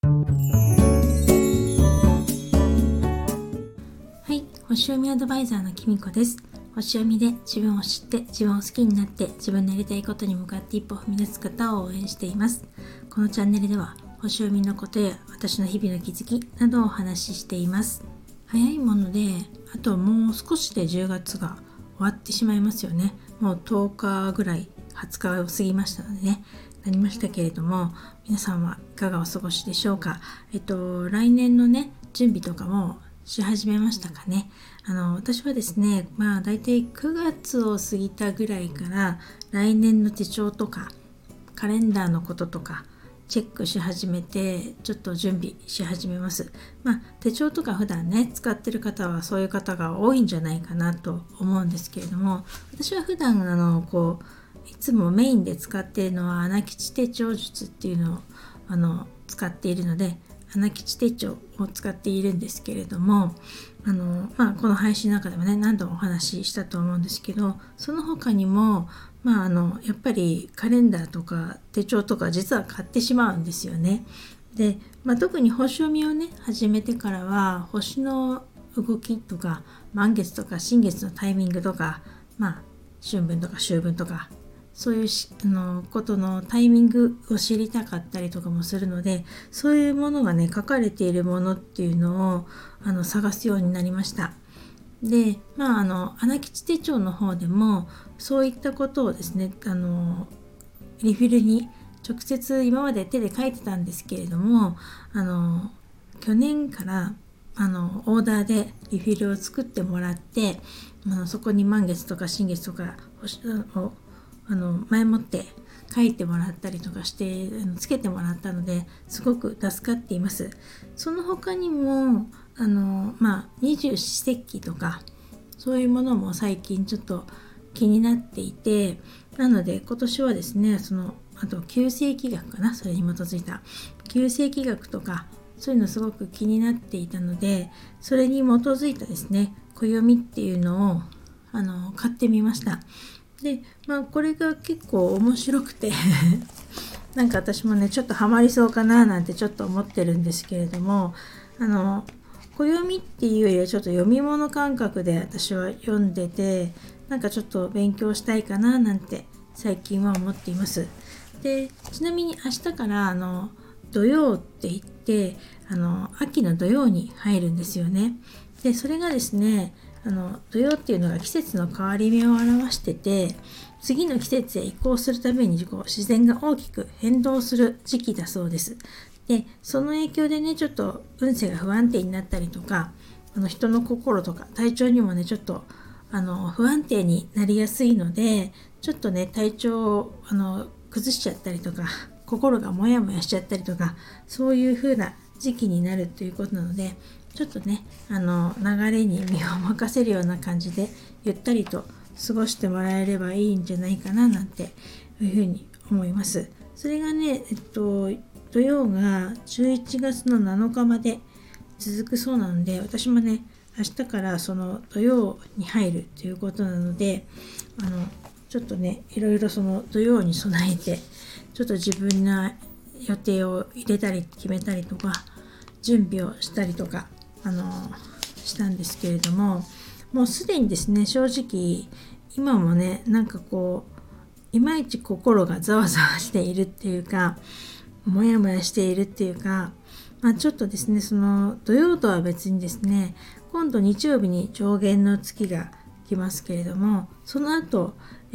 はい、星読みアドバイザーのきみこです。星読みで自分を知って自分を好きになって自分のやりたいことに向かって一歩踏み出す方を応援しています。このチャンネルでは星読みのことや私の日々の気づきなどをお話ししています。早いものであともう少しで10月が終わってしまいますよね。もう10日ぐらい20日を過ぎましたのでね、なりましたけれども、皆さんはいかがお過ごしでしょうか。来年のね準備とかもし始めましたかね。私はですね、だいたい9月を過ぎたぐらいから来年の手帳とかカレンダーのこととかチェックし始めて、ちょっと準備し始めます。手帳とか普段ね使ってる方はそういう方が多いんじゃないかなと思うんですけれども、私は普段いつもメインで使っているのは穴吉手帳術っていうのを使っているので、穴吉手帳を使っているんですけれども、この配信の中でもね何度もお話ししたと思うんですけど、その他にもやっぱりカレンダーとか手帳とか実は買ってしまうんですよね。で、特に星読みをね始めてからは星の動きとか満月とか新月のタイミングとか、春分とか秋分とかそういうことのタイミングを知りたかったりとかもするので、そういうものがね書かれているものっていうのを探すようになりました。で、穴吉手帳の方でもそういったことをですねリフィルに直接今まで手で書いてたんですけれども、去年からオーダーでリフィルを作ってもらって、そこに満月とか新月とかを前もって書いてもらったりとかしてつけてもらったので、すごく助かっています。その他にも二十四節気とかそういうものも最近ちょっと気になっていて、なので今年はですねあと九星気学かな、それに基づいた九星気学とかそういうのすごく気になっていたので、それに基づいたですね暦っていうのを買ってみました。で、これが結構面白くてなんか私もねちょっとハマりそうかななんてちょっと思ってるんですけれども、暦っていうよりはちょっと読み物感覚で私は読んでて、なんかちょっと勉強したいかななんて最近は思っています。で、ちなみに明日から土曜って言って秋の土曜に入るんですよね。で、それがですね土曜っていうのが季節の変わり目を表してて、次の季節へ移行するために自然が大きく変動する時期だそうです。で、その影響でねちょっと運勢が不安定になったりとか、人の心とか体調にもねちょっと不安定になりやすいので、ちょっとね体調を崩しちゃったりとか心がモヤモヤしちゃったりとか、そういう風な時期になるということなので、ちょっとね流れに身を任せるような感じでゆったりと過ごしてもらえればいいんじゃないかななんていうふうに思います。それがね土曜が11月の7日まで続くそうなので、私もね明日からその土曜に入るということなので、ちょっとねいろいろその土曜に備えてちょっと自分の予定を入れたり決めたりとか準備をしたりとかしたんですけれども、もうすでにですね正直今もねいまいち心がざわざわしているっていうか、もやもやしているっていうか、ちょっとですねその土曜とは別にですね、今度日曜日に上弦の月が来ますけれども、その後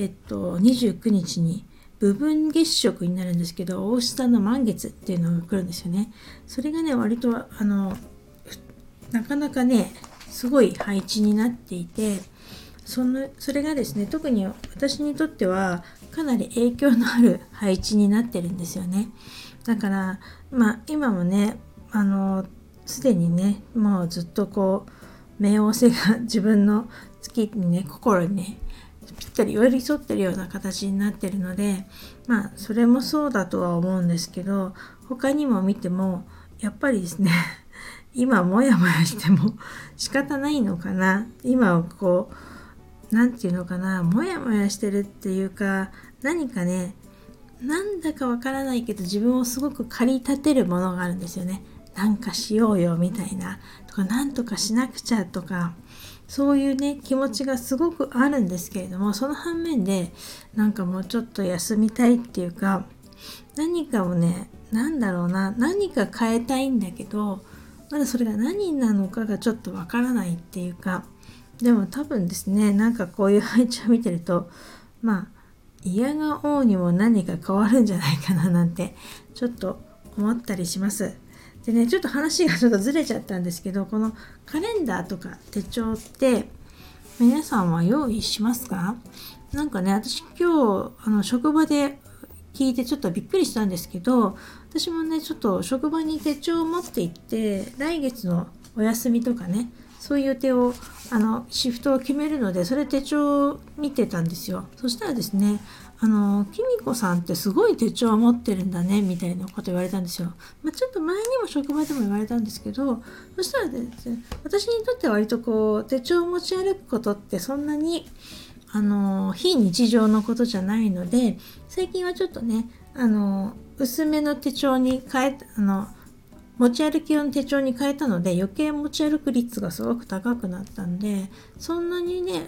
29日に部分月食になるんですけど、大下の満月っていうのが来るんですよね。それがね割となかなかねすごい配置になっていて、それがですね特に私にとってはかなり影響のある配置になってるんですよね。だから今もねすでにねもうずっと冥王星が自分の月にね心にねぴったり寄り添ってるような形になってるので、それもそうだとは思うんですけど、他にも見てもやっぱりですね今モヤモヤしても仕方ないのかな、今はなんていうのかな、モヤモヤしてるっていうか、何かねなんだかわからないけど自分をすごく駆り立てるものがあるんですよね。なんかしようよみたいなとか、なんとかしなくちゃとか、そういうね気持ちがすごくあるんですけれども、その反面でなんかもうちょっと休みたいっていうか、何かをね、何か変えたいんだけど、まだそれが何なのかがちょっとわからないっていうか、でも多分ですね、なんかこういう配置を見てると、嫌が王にも何か変わるんじゃないかななんてちょっと思ったりします。でね、ちょっと話がちょっとずれちゃったんですけど、このカレンダーとか手帳って皆さんは用意しますか？なんかね、私今日職場で聞いてちょっとびっくりしたんですけど、私もねちょっと職場に手帳を持って行って、来月のお休みとかね、そういう予定をシフトを決めるので、それ手帳を見てたんですよ。そしたらですね、きみこさんってすごい手帳を持ってるんだねみたいなこと言われたんですよ。ちょっと前にも職場でも言われたんですけど、そしたらですね、私にとっては割とこう手帳を持ち歩くことってそんなに非日常のことじゃないので、最近はちょっとね薄めの手帳に変え持ち歩き用の手帳に変えたので、余計持ち歩く率がすごく高くなったんで、そんなにね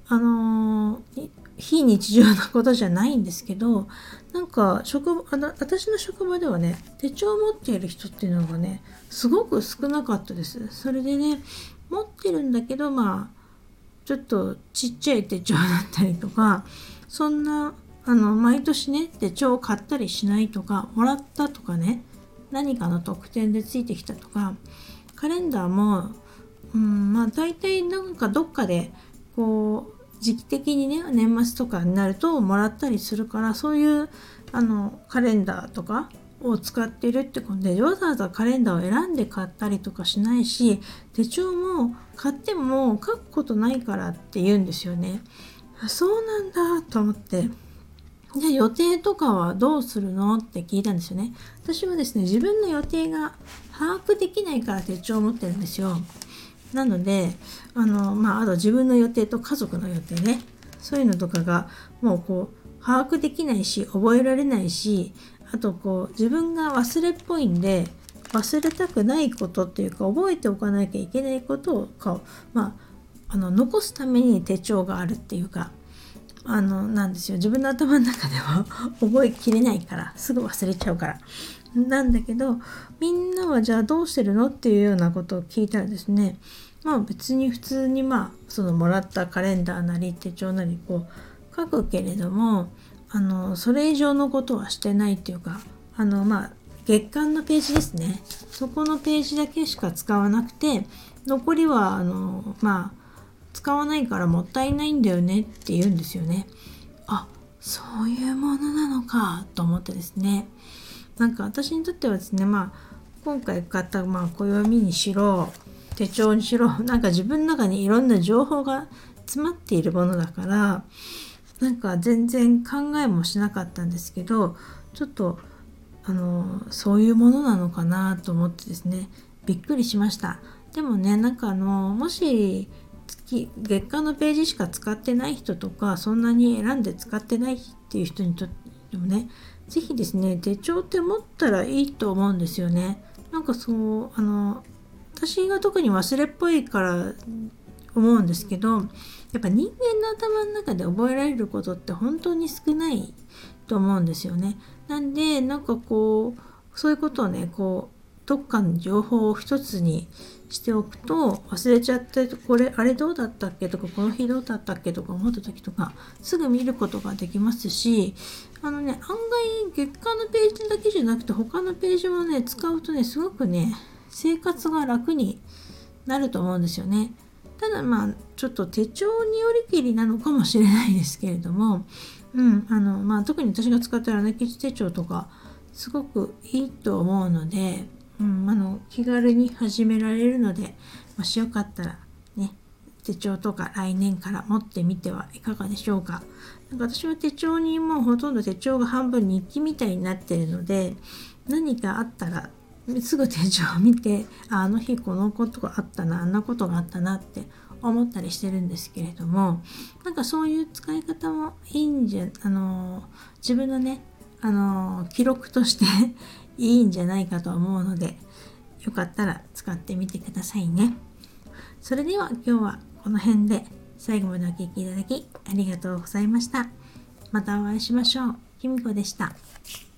非日常なことじゃないんですけど、なんか私の職場ではね、手帳を持っている人っていうのがねすごく少なかったです。それでね、持ってるんだけどちょっとちっちゃい手帳だったりとか、そんな毎年ね手帳を買ったりしないとか、もらったとかね、何かの特典でついてきたとか、カレンダーも大体なんかどっかでこう時期的にね、年末とかになるともらったりするから、そういうカレンダーとかを使ってるってことで、わざわざカレンダーを選んで買ったりとかしないし、手帳も買っても書くことないからって言うんですよね。そうなんだと思って、じゃあ予定とかはどうするのって聞いたんですよね。私はですね、自分の予定が把握できないから手帳を持ってるんですよ。なのであと自分の予定と家族の予定ね、そういうのとかがもうこう把握できないし、覚えられないし、あとこう自分が忘れっぽいんで、忘れたくないことっていうか、覚えておかなきゃいけないことを残すために手帳があるっていうか、なんですよ。自分の頭の中では覚えきれないから、すぐ忘れちゃうからなんだけど、みんなはじゃあどうしてるのっていうようなことを聞いたらですね、別に普通にそのもらったカレンダーなり手帳なりこう書くけれども、それ以上のことはしてないっていうか、月間のページですね、そこのページだけしか使わなくて、残りは使わないからもったいないんだよねって言うんですよね。そういうものなのかと思ってですね、なんか私にとってはですね、今回買った暦にしろ手帳にしろ、なんか自分の中にいろんな情報が詰まっているものだから、なんか全然考えもしなかったんですけど、ちょっとそういうものなのかなと思ってですね、びっくりしました。でもね、なんかもし月間のページしか使ってない人とか、そんなに選んで使ってないっていう人にとってもね、ぜひですね、手帳って持ったらいいと思うんですよね。なんか私が特に忘れっぽいから思うんですけど、やっぱ人間の頭の中で覚えられることって本当に少ないと思うんですよね。なんでなんかこうそういうことをね、こうどっかの情報を一つにしておくと、忘れちゃって、これあれどうだったっけとか、この日どうだったっけとか思った時とかすぐ見ることができますし、案外月間のページだけじゃなくて他のページもね使うとね、すごくね生活が楽になると思うんですよね。ただちょっと手帳によりきりなのかもしれないですけれども、特に私が使ってる穴吉手帳とかすごくいいと思うので、気軽に始められるので、もしよかったらね、手帳とか来年から持ってみてはいかがでしょうか。なんか私は手帳にもうほとんど手帳が半分日記みたいになってるので、何かあったらすぐ手帳を見て、あの日このことがあったな、あんなことがあったなって思ったりしてるんですけれども、なんかそういう使い方もいいんじゃ、自分のね記録としていいんじゃないかと思うので、よかったら使ってみてくださいね。それでは今日はこの辺で、最後までお聞きいただきありがとうございました。またお会いしましょう。きみこでした。